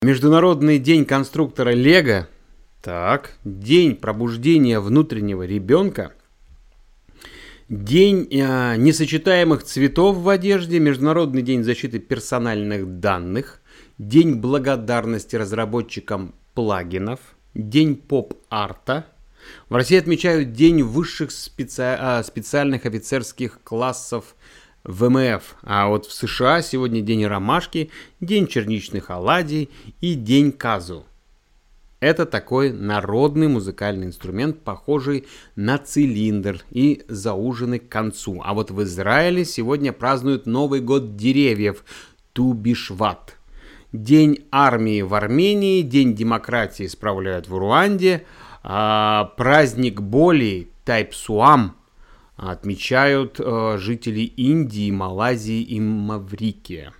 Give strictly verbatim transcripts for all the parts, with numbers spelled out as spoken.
Международный день конструктора Лего. Так, день пробуждения внутреннего ребенка. День э, несочетаемых цветов в одежде. Международный день защиты персональных данных. День благодарности разработчикам плагинов. День поп-арта. В России отмечают День высших специ... э, специальных офицерских классов вэ эм эф, а вот в США сегодня День ромашки, День черничных оладий и День казу. Это такой народный музыкальный инструмент, похожий на цилиндр и зауженный к концу. А вот в Израиле сегодня празднуют Новый год деревьев Ту-Бишват. День армии в Армении, День демократии справляют в Руанде, а праздник боли Тайпсуам отмечают э, жители Индии, Малайзии и Маврикия.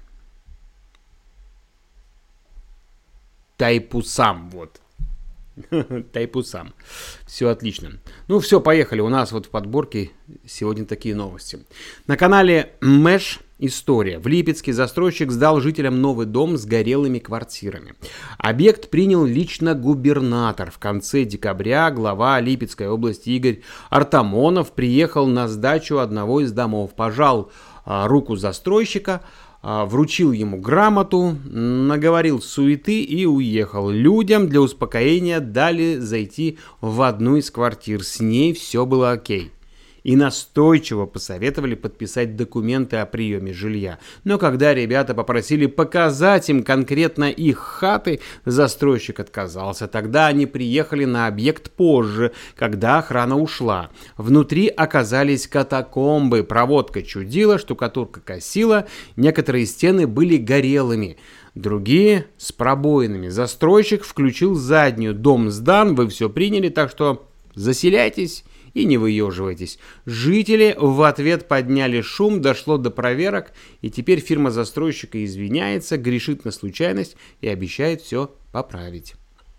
Тайпусам, вот. Тайпусам. Все отлично. Ну все, поехали. У нас вот в подборке сегодня такие новости. На канале Мэш История. В Липецке застройщик сдал жителям новый дом с горелыми квартирами. Объект принял лично губернатор. В конце декабря глава Липецкой области Игорь Артамонов приехал на сдачу одного из домов, пожал а, руку застройщика, а, вручил ему грамоту, наговорил суеты и уехал. Людям для успокоения дали зайти в одну из квартир. С ней все было окей. И настойчиво посоветовали подписать документы о приеме жилья. Но когда ребята попросили показать им конкретно их хаты, застройщик отказался. Тогда они приехали на объект позже, когда охрана ушла. Внутри оказались катакомбы, проводка чудила, штукатурка косила, некоторые стены были горелыми, другие с пробоинами. Застройщик включил заднюю: дом сдан, вы все приняли, так что заселяйтесь и не выеживайтесь. Жители в ответ подняли шум, дошло до проверок, и теперь фирма застройщика извиняется, грешит на случайность и обещает все поправить.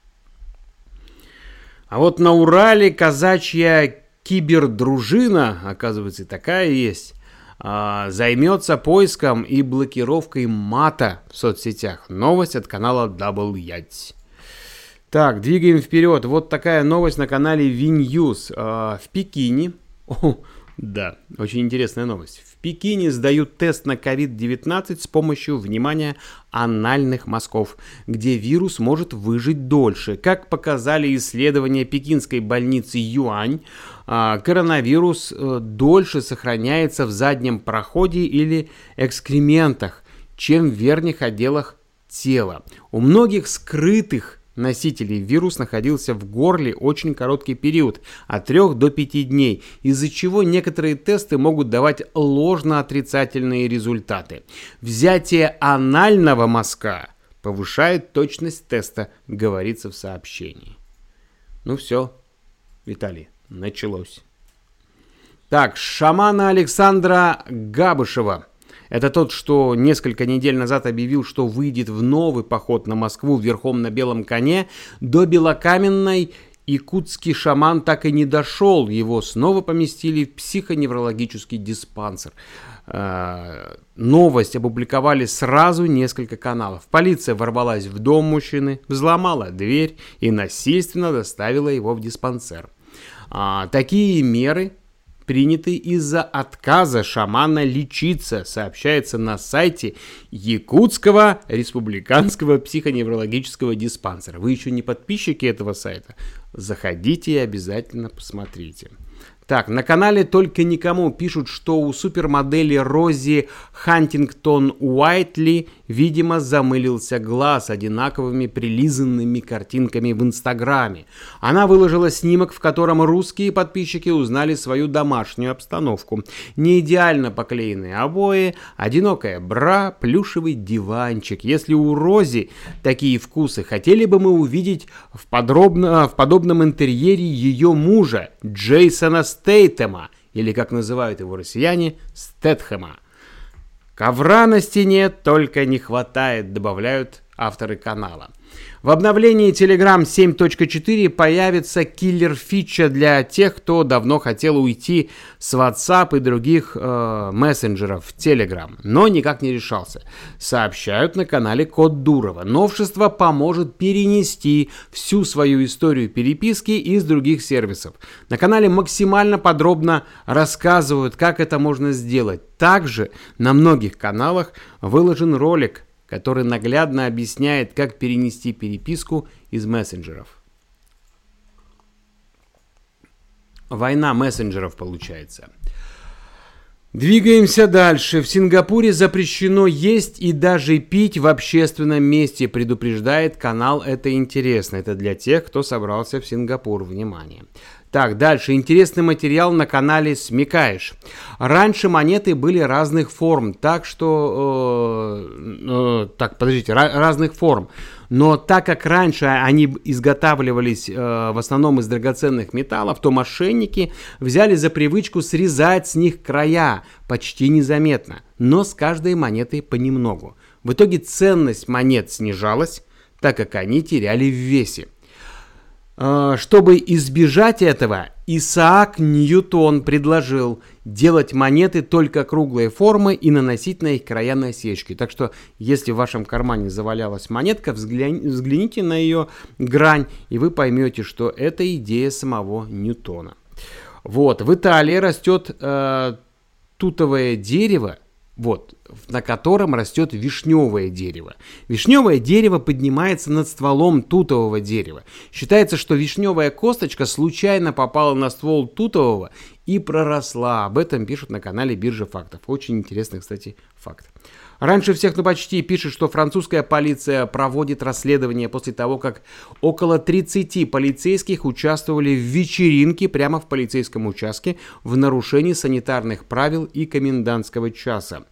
А вот на Урале казачья кибердружина, оказывается, такая есть, займется поиском и блокировкой мата в соцсетях. Новость от канала Дабл Ять. Так, двигаем вперед. Вот такая новость на канале Ви-Ньюс. В Пекине, о, да, очень интересная новость. В Пекине сдают тест на ковид девятнадцать с помощью, внимания, анальных мазков, где вирус может выжить дольше. Как показали исследования пекинской больницы Юань, коронавирус дольше сохраняется в заднем проходе или экскрементах, чем в верхних отделах тела. У многих скрытых носителей вирус находился в горле очень короткий период, от трёх до пяти дней, из-за чего некоторые тесты могут давать ложно-отрицательные результаты. Взятие анального мазка повышает точность теста, говорится в сообщении. Ну все, Виталий, началось. Так, шамана Александра Габышева. Это тот, что несколько недель назад объявил, что выйдет в новый поход на Москву верхом на белом коне. До Белокаменной якутский шаман так и не дошел. Его снова поместили в психоневрологический диспансер. Э-э- новость опубликовали сразу несколько каналов. Полиция ворвалась в дом мужчины, взломала дверь и насильственно доставила его в диспансер. А, такие меры приняты из-за отказа шамана лечиться, сообщается на сайте Якутского республиканского психоневрологического диспансера. Вы еще не подписчики этого сайта? Заходите и обязательно посмотрите. Так, на канале «Только никому» пишут, что у супермодели Рози Хантингтон Уайтли, видимо, замылился глаз одинаковыми прилизанными картинками в Инстаграме. Она выложила снимок, в котором русские подписчики узнали свою домашнюю обстановку. Не идеально поклеенные обои, одинокая бра, плюшевый диванчик. Если у Рози такие вкусы, хотели бы мы увидеть в, подробно, в подобном интерьере ее мужа Джейсона Стейтема, или, как называют его россияне, Стэтхэма. Ковра на стене только не хватает, добавляют авторы канала. В обновлении Telegram семь точка четыре появится киллер-фича для тех, кто давно хотел уйти с WhatsApp и других э, мессенджеров в Telegram, но никак не решался. Сообщают на канале Код Дурова. Новшество поможет перенести всю свою историю переписки из других сервисов. На канале максимально подробно рассказывают, как это можно сделать. Также на многих каналах выложен ролик, который наглядно объясняет, как перенести переписку из мессенджеров. Война мессенджеров получается. Двигаемся дальше. В Сингапуре запрещено есть и даже пить в общественном месте, предупреждает канал «Это интересно». Это для тех, кто собрался в Сингапур. Внимание. Так, дальше. Интересный материал на канале «Смекаешь». Раньше монеты были разных форм, так что... Э, э, так, подождите, ra- разных форм. Но так как раньше они изготавливались э, в основном из драгоценных металлов, то мошенники взяли за привычку срезать с них края почти незаметно, но с каждой монетой понемногу. В итоге ценность монет снижалась, так как они теряли в весе. Чтобы избежать этого, Исаак Ньютон предложил делать монеты только круглой формы и наносить на их края насечки. Так что, если в вашем кармане завалялась монетка, взгляните, взгляните на ее грань, и вы поймете, что это идея самого Ньютона. Вот, в Италии растет э, тутовое дерево, вот, на котором растет вишневое дерево. Вишневое дерево поднимается над стволом тутового дерева. Считается, что вишневая косточка случайно попала на ствол тутового и проросла. Об этом пишут на канале Биржа фактов. Очень интересный, кстати, факт. Раньше всех, ну почти, пишет, что французская полиция проводит расследование после того, как около тридцати полицейских участвовали в вечеринке прямо в полицейском участке в нарушении санитарных правил и комендантского часа.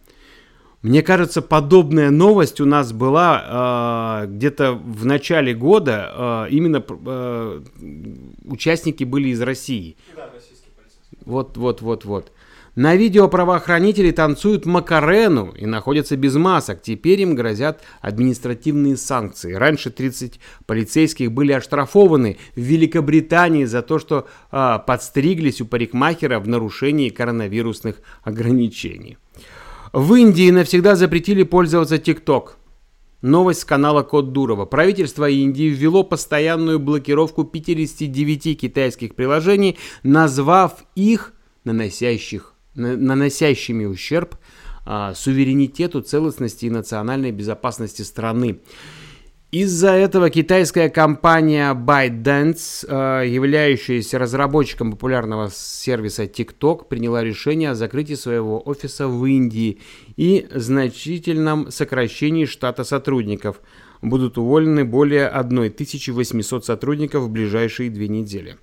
Мне кажется, подобная новость у нас была э, где-то в начале года. Э, именно э, участники были из России. Да, российские полицейские. Вот, вот, вот, вот. На видео правоохранители танцуют Макарену и находятся без масок. Теперь им грозят административные санкции. Раньше тридцать полицейских были оштрафованы в Великобритании за то, что э, подстриглись у парикмахера в нарушении коронавирусных ограничений. В Индии навсегда запретили пользоваться ТикТок. Новость с канала Код Дурова. Правительство Индии ввело постоянную блокировку пятидесяти девяти китайских приложений, назвав их наносящих, наносящими ущерб а, суверенитету, целостности и национальной безопасности страны. Из-за этого китайская компания ByteDance, являющаяся разработчиком популярного сервиса TikTok, приняла решение о закрытии своего офиса в Индии и значительном сокращении штата сотрудников. Будут уволены более тысяча восемьсот сотрудников в ближайшие две недели.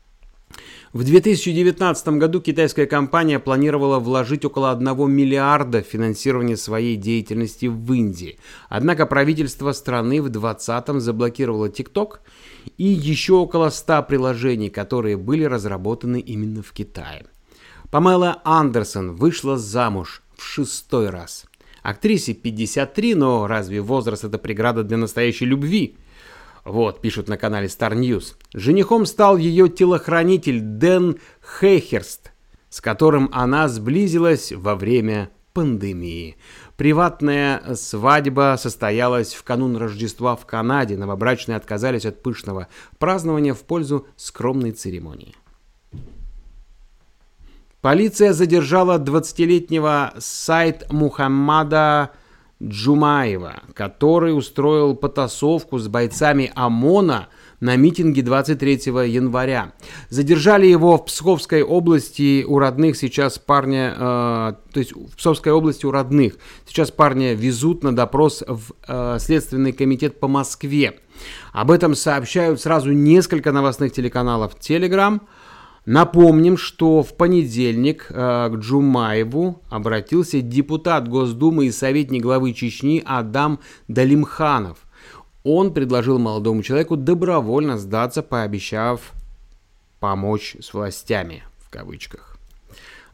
В две тысячи девятнадцатом году китайская компания планировала вложить около одного миллиарда в финансирование своей деятельности в Индии. Однако правительство страны в двадцатом заблокировало TikTok и еще около ста приложений, которые были разработаны именно в Китае. Памела Андерсон вышла замуж в шестой раз. Актрисе пятьдесят три, но разве возраст это преграда для настоящей любви? Вот, пишут на канале Star News. Женихом стал ее телохранитель Дэн Хейхерст, с которым она сблизилась во время пандемии. Приватная свадьба состоялась в канун Рождества в Канаде. Новобрачные отказались от пышного празднования в пользу скромной церемонии. Полиция задержала двадцатилетнего Сайд Мухаммада Джумаева, который устроил потасовку с бойцами ОМОНа на митинге двадцать третьего января. Задержали его в Псковской области у родных. Сейчас парня, э, то есть в Псковской области у родных. Сейчас парня везут на допрос в э, Следственный комитет по Москве. Об этом сообщают сразу несколько новостных телеканалов Telegram. Напомним, что в понедельник э, к Джумаеву обратился депутат Госдумы и советник главы Чечни Адам Далимханов. Он предложил молодому человеку добровольно сдаться, пообещав помочь с властями, в кавычках.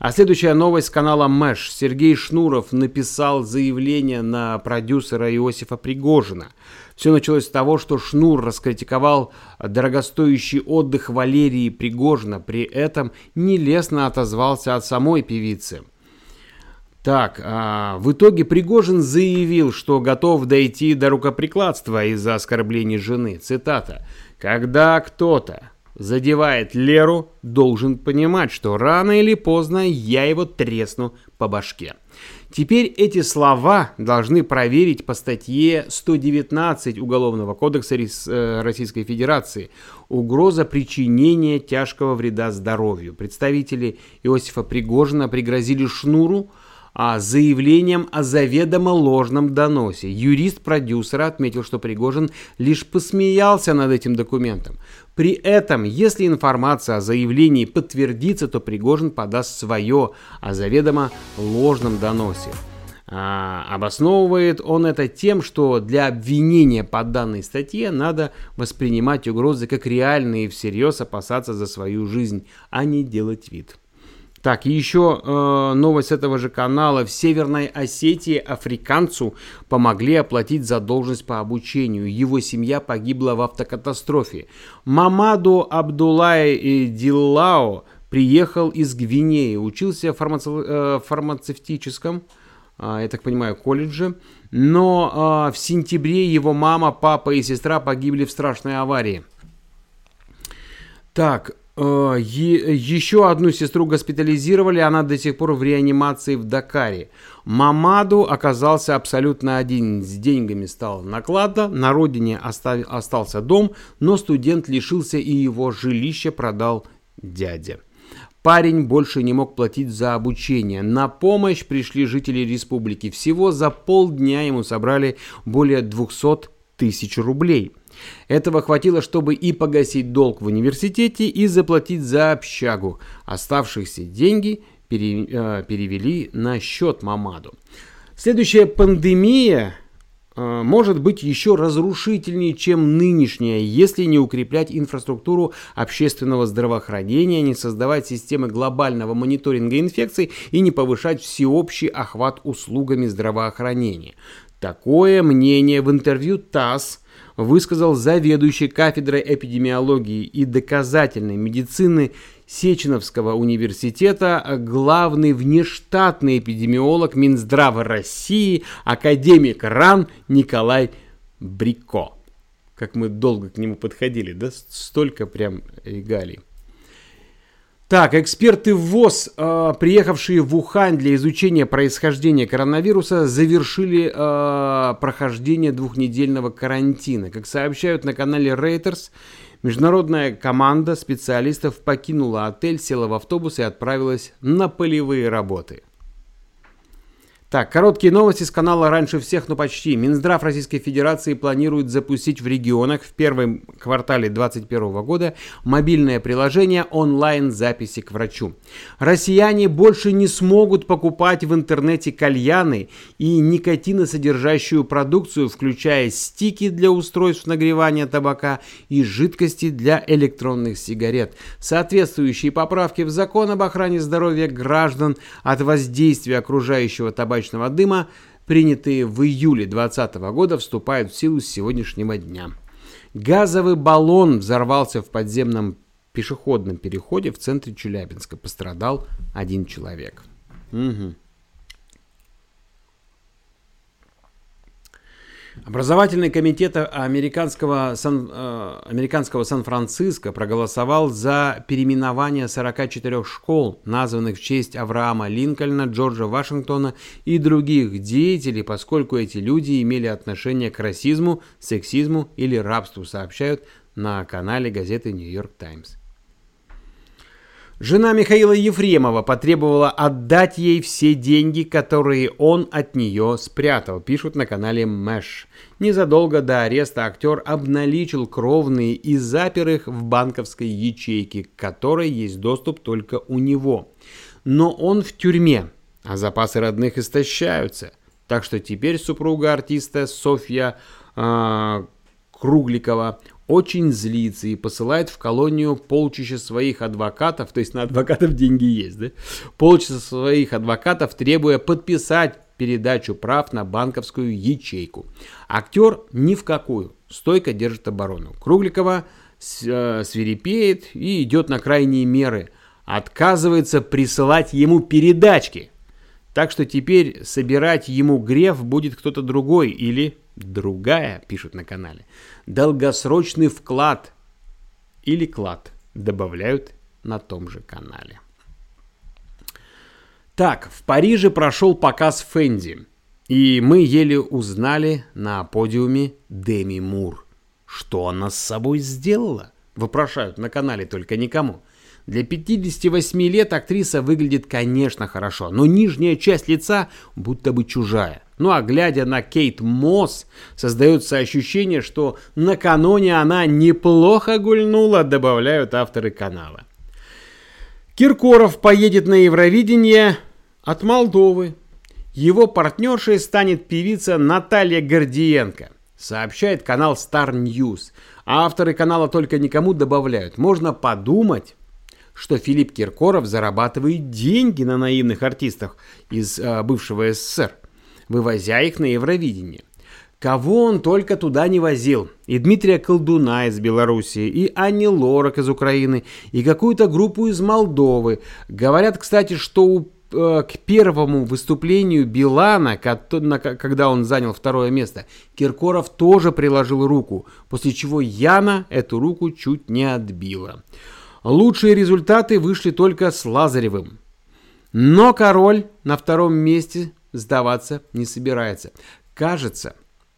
А следующая новость с канала Мэш. Сергей Шнуров написал заявление на продюсера Иосифа Пригожина. Все началось с того, что Шнур раскритиковал дорогостоящий отдых Валерии Пригожина, при этом нелестно отозвался от самой певицы. Так, а, в итоге Пригожин заявил, что готов дойти до рукоприкладства из-за оскорблений жены. Цитата. «Когда кто-то задевает Леру, должен понимать, что рано или поздно я его тресну по башке». Теперь эти слова должны проверить по статье сто девятнадцать Уголовного кодекса Российской Федерации «Угроза причинения тяжкого вреда здоровью». Представители Иосифа Пригожина пригрозили Шнуру а заявлением о заведомо ложном доносе. Юрист продюсера отметил, что Пригожин лишь посмеялся над этим документом. При этом, если информация о заявлении подтвердится, то Пригожин подаст свое о заведомо ложном доносе. А, обосновывает он это тем, что для обвинения по данной статье надо воспринимать угрозы как реальные и всерьез опасаться за свою жизнь, а не делать вид. Так, и еще э, новость с этого же канала. В Северной Осетии африканцу помогли оплатить задолженность по обучению. Его семья погибла в автокатастрофе. Мамаду Абдуллай Диллао приехал из Гвинеи, учился в фармаци... э, фармацевтическом, э, я так понимаю, колледже. Но э, в сентябре его мама, папа и сестра погибли в страшной аварии. Так, еще одну сестру госпитализировали, она до сих пор в реанимации в Дакаре. Мамаду оказался абсолютно один, с деньгами стало накладно, на родине остав... остался дом, но студент лишился и его жилища продал дядя. Парень больше не мог платить за обучение. На помощь пришли жители республики. Всего за полдня ему собрали более двухсот тысяч рублей. Этого хватило, чтобы и погасить долг в университете, и заплатить за общагу. Оставшиеся деньги пере, э, перевели на счет Мамаду. Следующая пандемия э, может быть еще разрушительнее, чем нынешняя, если не укреплять инфраструктуру общественного здравоохранения, не создавать системы глобального мониторинга инфекций и не повышать всеобщий охват услугами здравоохранения. Такое мнение в интервью ТАСС высказал заведующий кафедрой эпидемиологии и доказательной медицины Сеченовского университета, главный внештатный эпидемиолог Минздрава России, академик РАН Николай Брико. Как мы долго к нему подходили, да? Столько прям регалий. Так, эксперты ВОЗ, э, приехавшие в Ухань для изучения происхождения коронавируса, завершили э, прохождение двухнедельного карантина. Как сообщают на канале Reuters, международная команда специалистов покинула отель, села в автобус и отправилась на полевые работы. Так, короткие новости с канала «Раньше всех, но почти». Минздрав Российской Федерации планирует запустить в регионах в первом квартале две тысячи двадцать первого года мобильное приложение онлайн-записи к врачу. Россияне больше не смогут покупать в интернете кальяны и никотиносодержащую продукцию, включая стики для устройств нагревания табака и жидкости для электронных сигарет. Соответствующие поправки в закон об охране здоровья граждан от воздействия окружающего табачного дыма, принятые в июле две тысячи двадцатого года, вступают в силу с сегодняшнего дня. Газовый баллон взорвался в подземном пешеходном переходе в центре Челябинска. Пострадал один человек. Угу. Образовательный комитет американского, Сан, э, американского Сан-Франциско проголосовал за переименование сорока четырёх школ, названных в честь Авраама Линкольна, Джорджа Вашингтона и других деятелей, поскольку эти люди имели отношение к расизму, сексизму или рабству, сообщают на канале газеты «Нью-Йорк Таймс». Жена Михаила Ефремова потребовала отдать ей все деньги, которые он от нее спрятал, пишут на канале Мэш. Незадолго до ареста актер обналичил кровные и запер их в банковской ячейке, к которой есть доступ только у него. Но он в тюрьме, а запасы родных истощаются. Так что теперь супруга артиста Софья э, Кругликова очень злится и посылает в колонию полчища своих адвокатов, то есть на адвокатов деньги есть, да? Полчища своих адвокатов, требуя подписать передачу прав на банковскую ячейку. Актер ни в какую, стойко держит оборону. Кругликова свирепеет и идет на крайние меры, отказывается присылать ему передачки. Так что теперь собирать ему греф будет кто-то другой или другая, пишут на канале. Долгосрочный вклад или клад добавляют на том же канале. Так, в Париже прошел показ Фенди, и мы еле узнали на подиуме Деми Мур. Что она с собой сделала? Вопрошают на канале, только никому. Для пятидесяти восьми лет актриса выглядит, конечно, хорошо, но нижняя часть лица будто бы чужая. Ну а глядя на Кейт Мосс, создается ощущение, что накануне она неплохо гульнула, добавляют авторы канала. Киркоров поедет на Евровидение от Молдовы. Его партнершей станет певица Наталья Гордиенко, сообщает канал Star News. А авторы канала только никому добавляют. Можно подумать, что Филипп Киркоров зарабатывает деньги на наивных артистах из э, бывшего СССР, вывозя их на Евровидение. Кого он только туда не возил. И Дмитрия Колдуна из Белоруссии, и Ани Лорак из Украины, и какую-то группу из Молдовы. Говорят, кстати, что у, э, к первому выступлению Билана, когда он занял второе место, Киркоров тоже приложил руку, после чего Яна эту руку чуть не отбила. Лучшие результаты вышли только с Лазаревым. Но король на втором месте сдаваться не собирается. Кажется,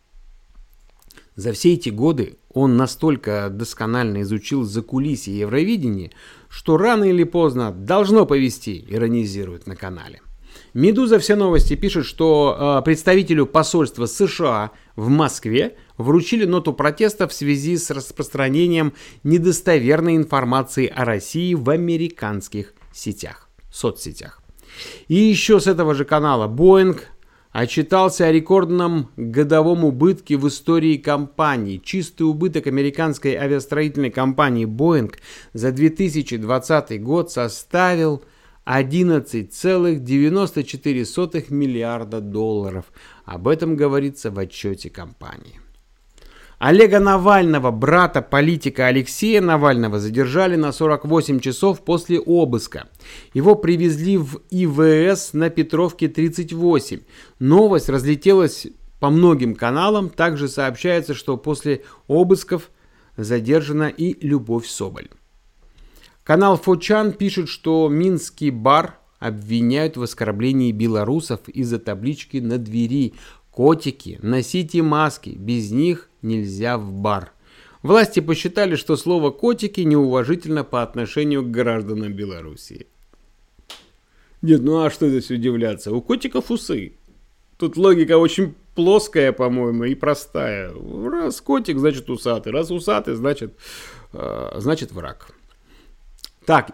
за все эти годы он настолько досконально изучил закулисье Евровидения, что рано или поздно должно повести, иронизирует на канале. «Медуза. Все новости» пишет, что э, представителю посольства США в Москве вручили ноту протеста в связи с распространением недостоверной информации о России в американских сетях, соцсетях. И еще с этого же канала Boeing отчитался о рекордном годовом убытке в истории компании. Чистый убыток американской авиастроительной компании Boeing за две тысячи двадцатый год составил одиннадцать целых девяносто четыре сотых миллиарда долларов. Об этом говорится в отчете компании. Олега Навального, брата политика Алексея Навального, задержали на сорок восемь часов после обыска. Его привезли в И В С на Петровке тридцать восемь. Новость разлетелась по многим каналам. Также сообщается, что после обысков задержана и Любовь Соболь. Канал Фочан пишет, что Минский бар обвиняют в оскорблении белорусов из-за таблички на двери: «Котики, носите маски, без них нельзя в бар». Власти посчитали, что слово «котики» неуважительно по отношению к гражданам Белоруссии. Нет, ну а что здесь удивляться? У котиков усы. Тут логика очень плоская, по-моему, и простая. Раз котик, значит усатый. Раз усатый, значит, э, значит враг. Так.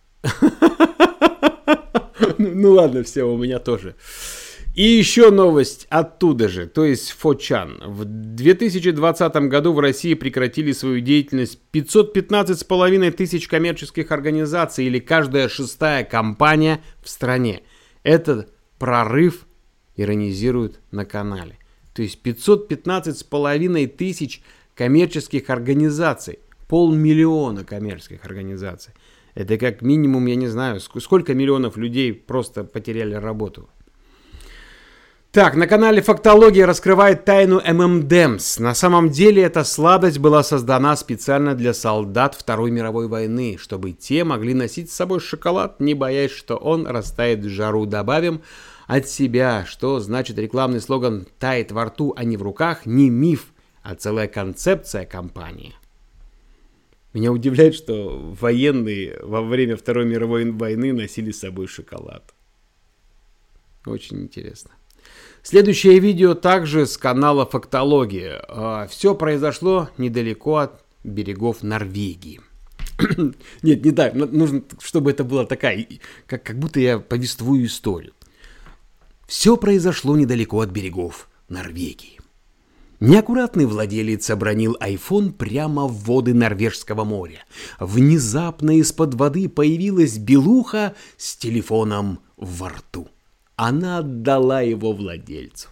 Ну ладно, все, у меня тоже. И еще новость оттуда же, то есть Фочан. В две тысячи двадцатом году в России прекратили свою деятельность пятьсот пятнадцать с половиной тысяч коммерческих организаций, или каждая шестая компания в стране. Этот прорыв иронизируют на канале. То есть пятьсот пятнадцать с половиной тысяч коммерческих организаций, полмиллиона коммерческих организаций. Это как минимум, я не знаю, сколько миллионов людей просто потеряли работу. Так, на канале Фактология раскрывает тайну эм эм дэмс. На самом деле эта сладость была создана специально для солдат Второй мировой войны, чтобы те могли носить с собой шоколад, не боясь, что он растает в жару. Добавим от себя, что значит рекламный слоган «тает во рту, а не в руках», не миф, а целая концепция компании. Меня удивляет, что военные во время Второй мировой войны носили с собой шоколад. Очень интересно. Следующее видео также с канала Фактология. Все произошло недалеко от берегов Норвегии. Нет, не так. Нужно, чтобы это была такая, как, как будто я повествую историю. Все произошло недалеко от берегов Норвегии. Неаккуратный владелец обронил айфон прямо в воды Норвежского моря. Внезапно из-под воды появилась белуха с телефоном во рту. Она отдала его владельцу.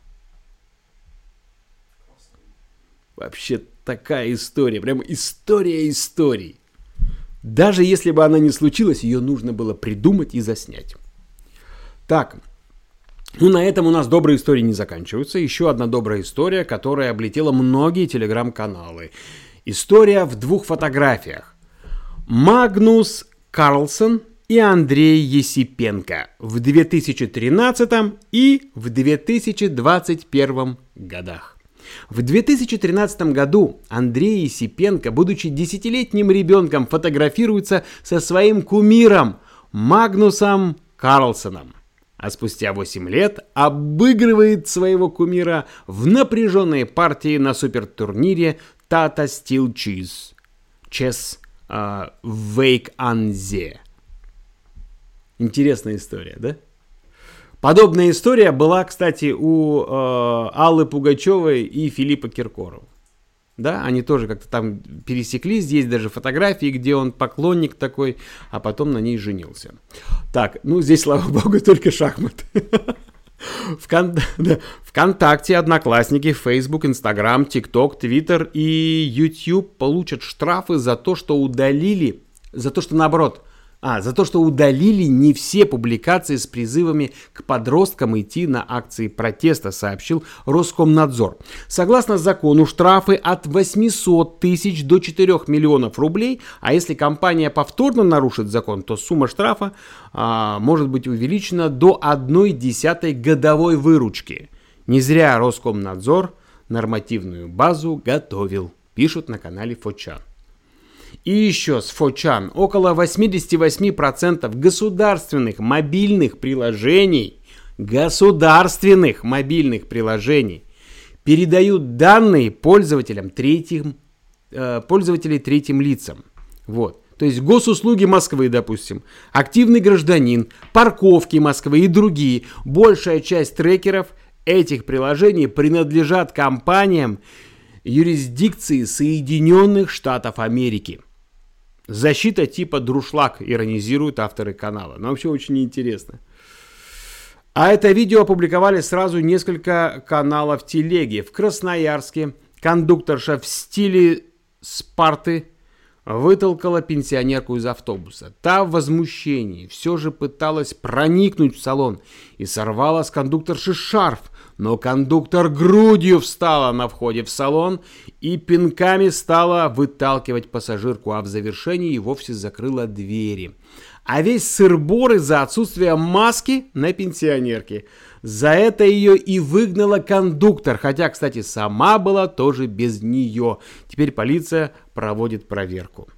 Вообще такая история, прям история историй. Даже если бы она не случилась, ее нужно было придумать и заснять. Так, ну на этом у нас добрые истории не заканчиваются. Еще одна добрая история, которая облетела многие телеграм-каналы. История в двух фотографиях. Магнус Карлсон и Андрей Есипенко в две тысячи тринадцатом и в две тысячи двадцать первом годах. В две тысячи тринадцатом году Андрей Есипенко, будучи десятилетним ребенком, фотографируется со своим кумиром Магнусом Карлсоном. А спустя восемь лет обыгрывает своего кумира в напряженной партии на супертурнире Tata Steel Chess, Chess uh, в Вейк-Анзе. Интересная история, да? Подобная история была, кстати, у э, Аллы Пугачевой и Филиппа Киркорова. Да, они тоже как-то там пересеклись. Есть даже фотографии, где он поклонник такой, а потом на ней женился. Так, ну здесь, слава богу, только шахматы. ВКонтакте, Одноклассники, Facebook, Instagram, TikTok, Twitter и YouTube получат штрафы за то, что удалили, за то, что наоборот, А, за то, что удалили не все публикации с призывами к подросткам идти на акции протеста, сообщил Роскомнадзор. Согласно закону, штрафы от восьмисот тысяч до четырёх миллионов рублей, а если компания повторно нарушит закон, то сумма штрафа а, может быть увеличена до одной десятой годовой выручки. Не зря Роскомнадзор нормативную базу готовил, пишут на канале Фочан. И еще с Фочан около восемьдесят восемь процентов государственных мобильных приложений, государственных мобильных приложений передают данные пользователям третьим, э, пользователей третьим лицам. Вот. То есть госуслуги Москвы, допустим, активный гражданин, парковки Москвы и другие. Большая часть трекеров этих приложений принадлежат компаниям юрисдикции Соединенных Штатов Америки. Защита типа друшлаг, иронизируют авторы канала. Но вообще очень интересно. А это видео опубликовали сразу несколько каналов телеги. В Красноярске кондукторша в стиле Спарты вытолкала пенсионерку из автобуса. Та в возмущении все же пыталась проникнуть в салон и сорвала с кондукторши шарф. Но кондуктор грудью встала на входе в салон и пинками стала выталкивать пассажирку, а в завершении и вовсе закрыла двери. А весь сыр-бор из-за отсутствия маски на пенсионерке. За это ее и выгнала кондуктор, хотя, кстати, сама была тоже без нее. Теперь полиция проводит проверку.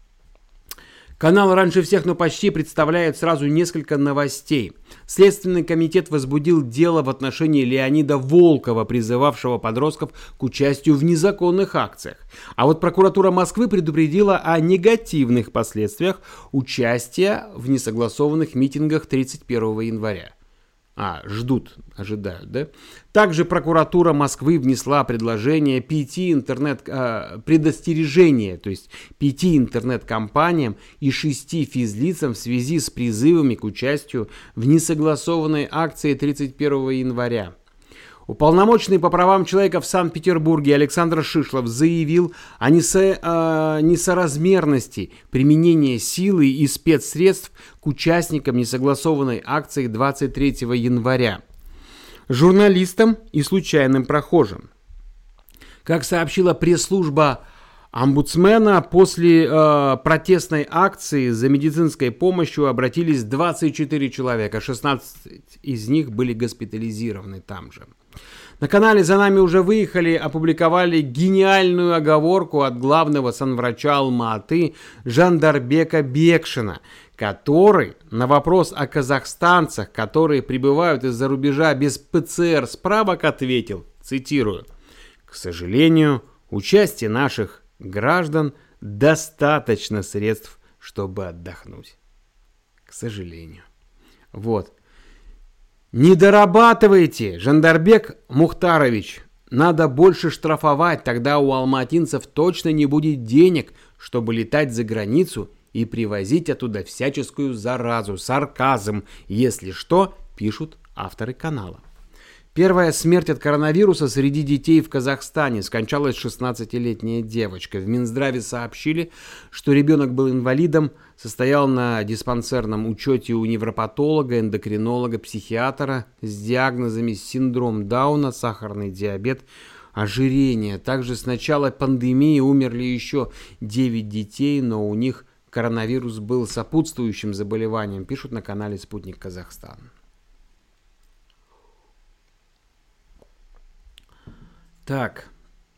Канал «Раньше всех, но почти» представляет сразу несколько новостей. Следственный комитет возбудил дело в отношении Леонида Волкова, призывавшего подростков к участию в незаконных акциях. А вот прокуратура Москвы предупредила о негативных последствиях участия в несогласованных митингах тридцать первого января. А, ждут, ожидают, да? Также прокуратура Москвы внесла предложение пяти интернет, э, предостережение, то есть пяти интернет-компаниям и шести физлицам в связи с призывами к участию в несогласованной акции тридцать первого января. Уполномоченный по правам человека в Санкт-Петербурге Александр Шишлов заявил о несо, э, несоразмерности применения силы и спецсредств к участникам несогласованной акции двадцать третьего января, журналистам и случайным прохожим. Как сообщила пресс-служба омбудсмена, после э, протестной акции за медицинской помощью обратились двадцать четыре человека, шестнадцать из них были госпитализированы там же. На канале «За нами уже выехали» опубликовали гениальную оговорку от главного санврача Алма-Аты Жандарбека Бекшина, который на вопрос о казахстанцах, которые прибывают из-за рубежа без ПЦР справок, ответил, цитирую: «К сожалению, у части наших граждан достаточно средств, чтобы отдохнуть». К сожалению. Вот. Не дорабатывайте, Жандарбек Мухтарович, Надо больше штрафовать, тогда у алматинцев точно не будет денег, чтобы летать за границу и привозить оттуда всяческую заразу, сарказм, если что, пишут авторы канала. Первая смерть от коронавируса среди детей в Казахстане. Скончалась шестнадцатилетняя девочка. В Минздраве сообщили, что ребенок был инвалидом, состоял на диспансерном учете у невропатолога, эндокринолога, психиатра с диагнозами синдром Дауна, сахарный диабет, ожирение. Также с начала пандемии умерли еще девять детей, но у них коронавирус был сопутствующим заболеванием, пишут на канале «Спутник Казахстан». Так,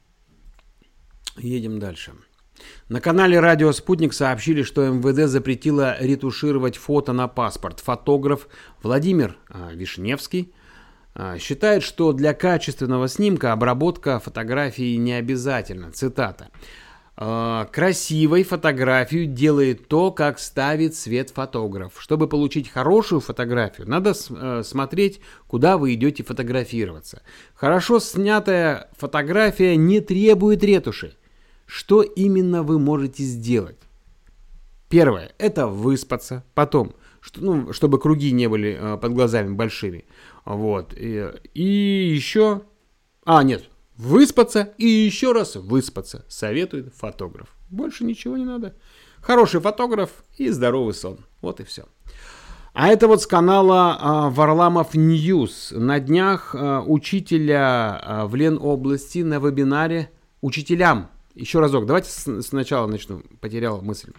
едем дальше. На канале «Радио Спутник» сообщили, что эм вэ дэ запретило ретушировать фото на паспорт. Фотограф Владимир а, Вишневский а, считает, что для качественного снимка обработка фотографии не обязательна. Цитата. «Красивой фотографию делает то, как ставит свет фотограф. Чтобы получить хорошую фотографию, надо э, смотреть, куда вы идете фотографироваться. Хорошо снятая фотография не требует ретуши. Что именно вы можете сделать? Первое – это выспаться. Потом, что, ну, чтобы круги не были э, под глазами большими. Вот. И, и еще… А, нет. Выспаться и еще раз выспаться, советует фотограф. Больше ничего не надо. Хороший фотограф и здоровый сон. Вот и все. А это вот с канала а, Варламов Ньюс. На днях а, учителя а, в Ленобласти на вебинаре учителям. Еще разок, давайте с, сначала начну. Потерял мысль.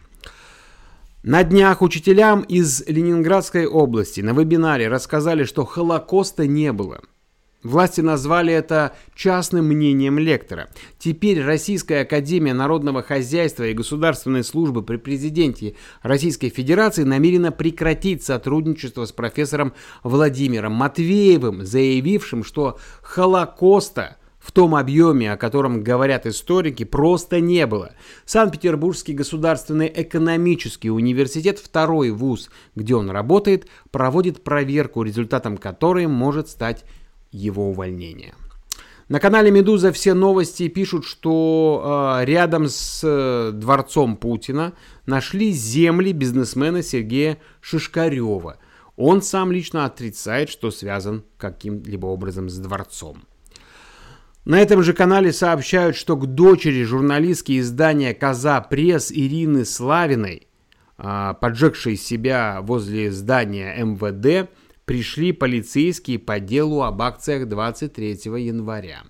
На днях учителям из Ленинградской области на вебинаре рассказали, что Холокоста не было. Власти назвали это частным мнением лектора. Теперь Российская академия народного хозяйства и государственной службы при президенте Российской Федерации намерена прекратить сотрудничество с профессором Владимиром Матвеевым, заявившим, что Холокоста в том объеме, о котором говорят историки, просто не было. Санкт-Петербургский государственный экономический университет, второй вуз, где он работает, проводит проверку, результатом которой может стать его увольнение. На канале «Медуза» все новости пишут, что э, рядом с э, дворцом Путина нашли земли бизнесмена Сергея Шишкарева. Он сам лично отрицает, что связан каким-либо образом с дворцом. На этом же канале сообщают, что к дочери журналистки издания «Коза Пресс» Ирины Славиной, э, поджегшей себя возле здания эм вэ дэ, пришли полицейские по делу об акциях двадцать третьего января.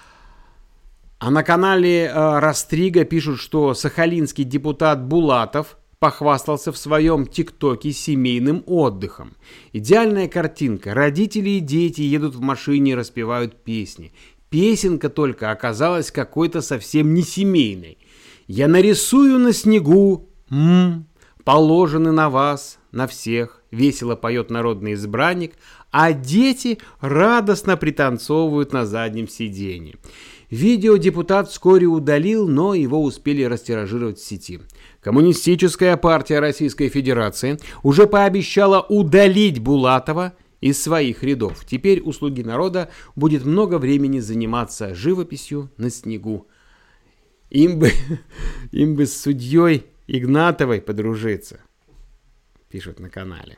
А на канале э, Растрига пишут, что сахалинский депутат Булатов похвастался в своем ТикТоке семейным отдыхом. Идеальная картинка. Родители и дети едут в машине и распевают песни. Песенка только оказалась какой-то совсем не семейной. «Я нарисую на снегу, м-м, положены на вас, на всех», весело поет народный избранник, а дети радостно пританцовывают на заднем сиденье. Видео депутат вскоре удалил, но его успели растиражировать в сети. Коммунистическая партия Российской Федерации уже пообещала удалить Булатова из своих рядов. Теперь у «Слуги народа» будет много времени заниматься живописью на снегу. Им бы, им бы с судьей Игнатовой подружиться, пишут на канале.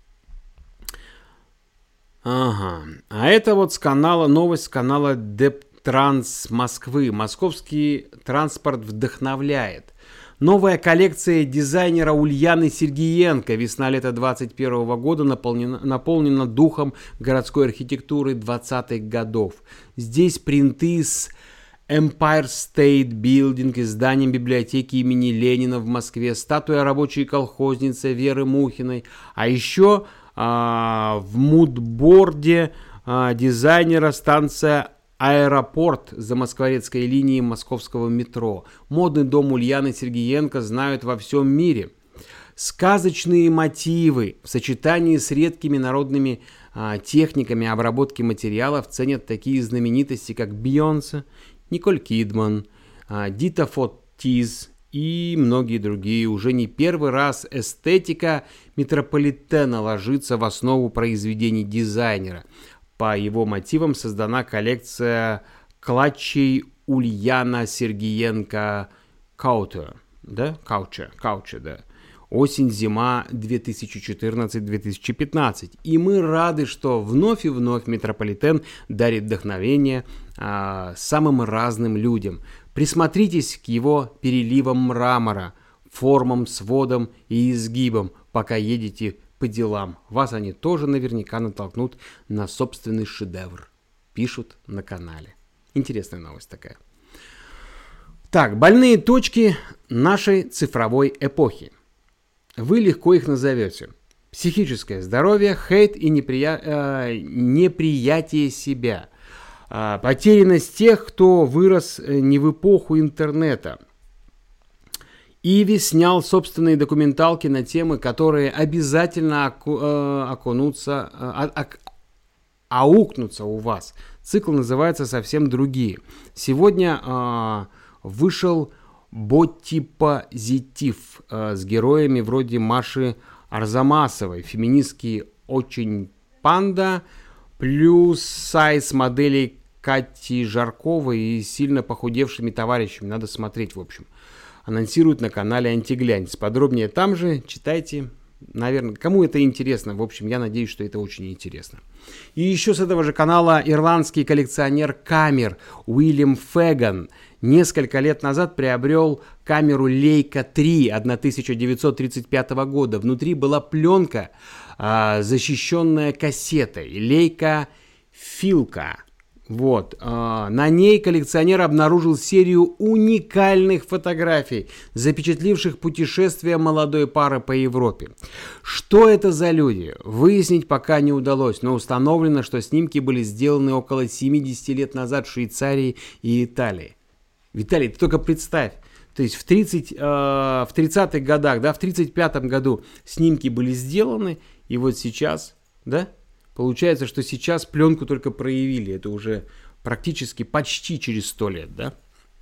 Ага, а это вот с канала, новость с канала Дептранс Москвы. Московский транспорт вдохновляет. Новая коллекция дизайнера Ульяны Сергиенко весна-лето двадцать первого года наполнена, наполнена духом городской архитектуры двадцатых годов. Здесь принты с Empire State Building и зданием библиотеки имени Ленина в Москве, статуя рабочей колхозницы Веры Мухиной, а еще а, в мудборде а, дизайнера станция «Аэропорт» замоскворецкой линии московского метро. Модный дом Ульяны Сергиенко знают во всем мире. Сказочные мотивы в сочетании с редкими народными а, техниками обработки материалов ценят такие знаменитости, как Бейонсе, Николь Кидман, а, Дита Фотиз и многие другие. Уже не первый раз эстетика метрополитена ложится в основу произведений дизайнера. По его мотивам создана коллекция Клатчей Ульяна Сергеенко Каутер, да, Кауча, Кауча, да. Осень-зима две тысячи четырнадцать - две тысячи пятнадцать. И мы рады, что вновь и вновь Метрополитен дарит вдохновение а, самым разным людям. Присмотритесь к его переливам мрамора, формам, сводам и изгибам, пока едете по делам. Вас они тоже наверняка натолкнут на собственный шедевр. Пишут на канале. Интересная новость такая. Так, больные точки нашей цифровой эпохи. Вы легко их назовете. Психическое здоровье, хейт и неприя... э, неприятие себя. Э, потерянность тех, кто вырос не в эпоху интернета. Иви снял собственные документалки на темы, которые обязательно оку... э, окунутся, э, а... аукнутся у вас. Цикл называется «Совсем другие». Сегодня э, вышел «Бодипозитив» э, с героями вроде Маши Арзамасовой, феминистки «Очень панда», плюс сайз моделей Кати Жарковой и сильно похудевшими товарищами. Надо смотреть, в общем. Анонсируют на канале «Антиглянец». Подробнее там же читайте. Наверное, кому это интересно. В общем, я надеюсь, что это очень интересно. И еще с этого же канала ирландский коллекционер камер Уильям Феган несколько лет назад приобрел камеру Leica три тысяча девятьсот тридцать пятого года. Внутри была пленка, а, защищенная кассетой. Leica Filka. Вот. А, на ней коллекционер обнаружил серию уникальных фотографий, запечатливших путешествие молодой пары по Европе. Что это за люди? Выяснить пока не удалось, но установлено, что снимки были сделаны около семьдесят лет назад в Швейцарии и Италии. Виталий, ты только представь. То есть в, тридцать, э, в тридцатых годах, да, в тридцать пятом году снимки были сделаны, и вот сейчас, да, получается, что сейчас пленку только проявили. Это уже практически почти через сто лет, да.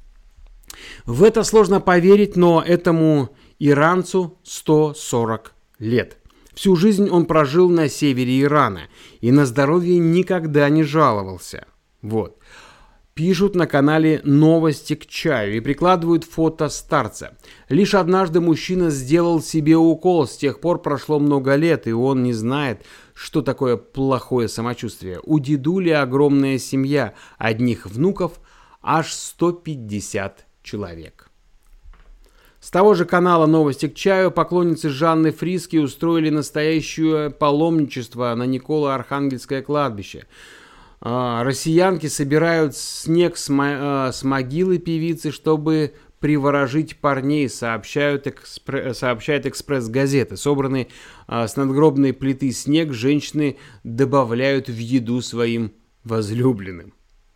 В это сложно поверить, но этому иранцу сто сорок лет. Всю жизнь он прожил на севере Ирана и на здоровье никогда не жаловался. Вот. Пишут на канале «Новости к чаю» и прикладывают фото старца. Лишь однажды мужчина сделал себе укол, с тех пор прошло много лет, и он не знает, что такое плохое самочувствие. У дедули огромная семья, одних внуков аж сто пятьдесят человек. С того же канала «Новости к чаю» поклонницы Жанны Фриски устроили настоящее паломничество на Николо-Архангельское кладбище. Россиянки собирают снег с, мо- с могилы певицы, чтобы приворожить парней, сообщают экспре- сообщает «Экспресс-газета». Собранный а, с надгробной плиты снег женщины добавляют в еду своим возлюбленным.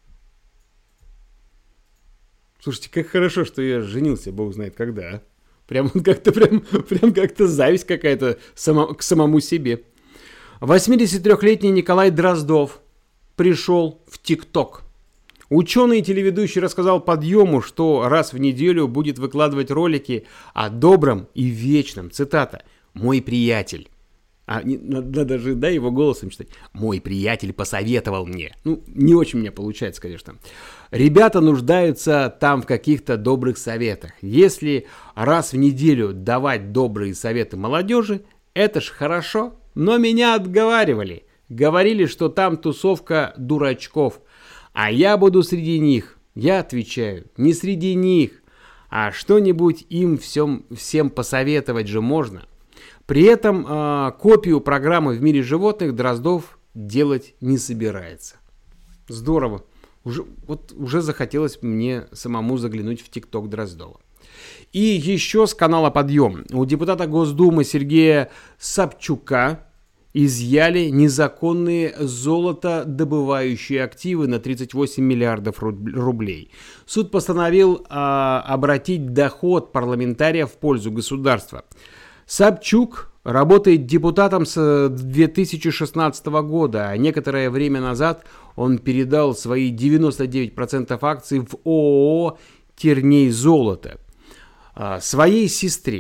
Слушайте, как хорошо, что я женился, бог знает когда. А? Прям как-то, прям, прям как-то зависть какая-то само, к самому себе. восьмидесятитрёхлетний Николай Дроздов пришел в ТикТок. Ученый и телеведущий рассказал подъему, что раз в неделю будет выкладывать ролики о добром и вечном. Цитата. «Мой приятель». А, не, надо даже, да, его голосом читать. «Мой приятель посоветовал мне». Ну, не очень у меня получается, конечно. Ребята нуждаются там в каких-то добрых советах. Если раз в неделю давать добрые советы молодежи, это ж хорошо. Но меня отговаривали. Говорили, что там тусовка дурачков, а я буду среди них. Я отвечаю, не среди них, а что-нибудь им всем, всем посоветовать же можно. При этом э, копию программы «В мире животных» Дроздов делать не собирается. Здорово. Уже, вот, уже захотелось мне самому заглянуть в ТикТок Дроздова. И еще с канала «Подъем». У депутата Госдумы Сергея Собчука изъяли незаконные золотодобывающие активы на тридцать восемь миллиардов рублей. Суд постановил а, обратить доход парламентария в пользу государства. Собчук работает депутатом с две тысячи шестнадцатого года, а некоторое время назад он передал свои девяносто девять процентов акций в ООО «Терней Золото» а, своей сестре.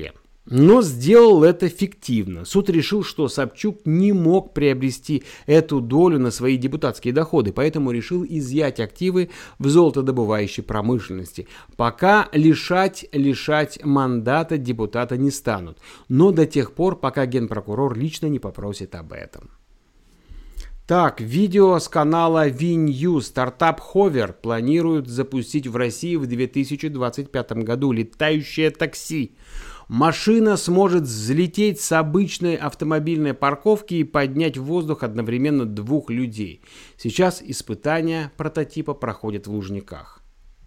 но сделал это фиктивно. Суд решил, что Собчук не мог приобрести эту долю на свои депутатские доходы, поэтому решил изъять активы в золотодобывающей промышленности. Пока лишать, лишать мандата депутата не станут, но до тех пор, пока генпрокурор лично не попросит об этом. Так, видео с канала V-News. Стартап Hover планируют запустить в России в две тысячи двадцать пятом году летающее такси. Машина сможет взлететь с обычной автомобильной парковки и поднять в воздух одновременно двух людей. Сейчас испытания прототипа проходят в Лужниках.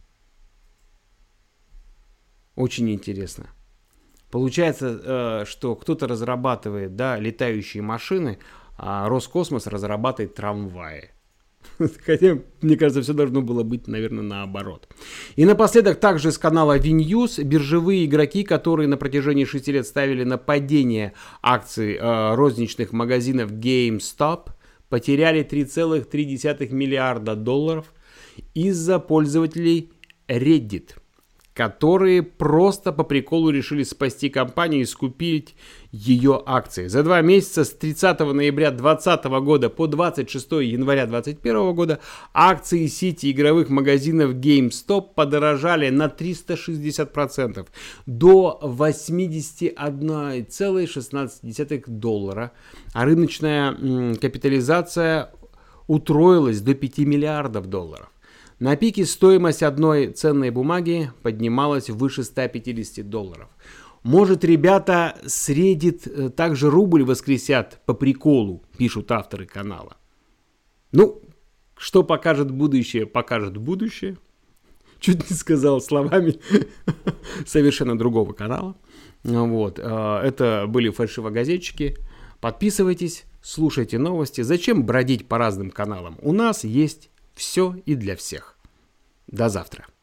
Очень интересно. Получается, что кто-то разрабатывает, да, летающие машины, а Роскосмос разрабатывает трамваи. Хотя, мне кажется, все должно было быть, наверное, наоборот. И напоследок, также с канала V-News, биржевые игроки, которые на протяжении шести лет ставили на падение акций э, розничных магазинов GameStop, потеряли три целых три десятых миллиарда долларов из-за пользователей Reddit, которые просто по приколу решили спасти компанию и скупить ее акции. За два месяца с тридцатого ноября две тысячи двадцатого года по двадцать шестого января две тысячи двадцать первого года акции сети игровых магазинов GameStop подорожали на триста шестьдесят процентов до восемьдесят одна целая шестнадцать десятых доллара, а рыночная м, капитализация утроилась до пяти миллиардов долларов. На пике стоимость одной ценной бумаги поднималась выше ста пятидесяти долларов. Может, ребята с Reddit также рубль воскресят по приколу, пишут авторы канала. Ну, что покажет будущее, покажет будущее. Чуть не сказал словами совершенно другого канала. Вот. Это были фальшивогазетчики. Подписывайтесь, слушайте новости. Зачем бродить по разным каналам? У нас есть все и для всех. До завтра.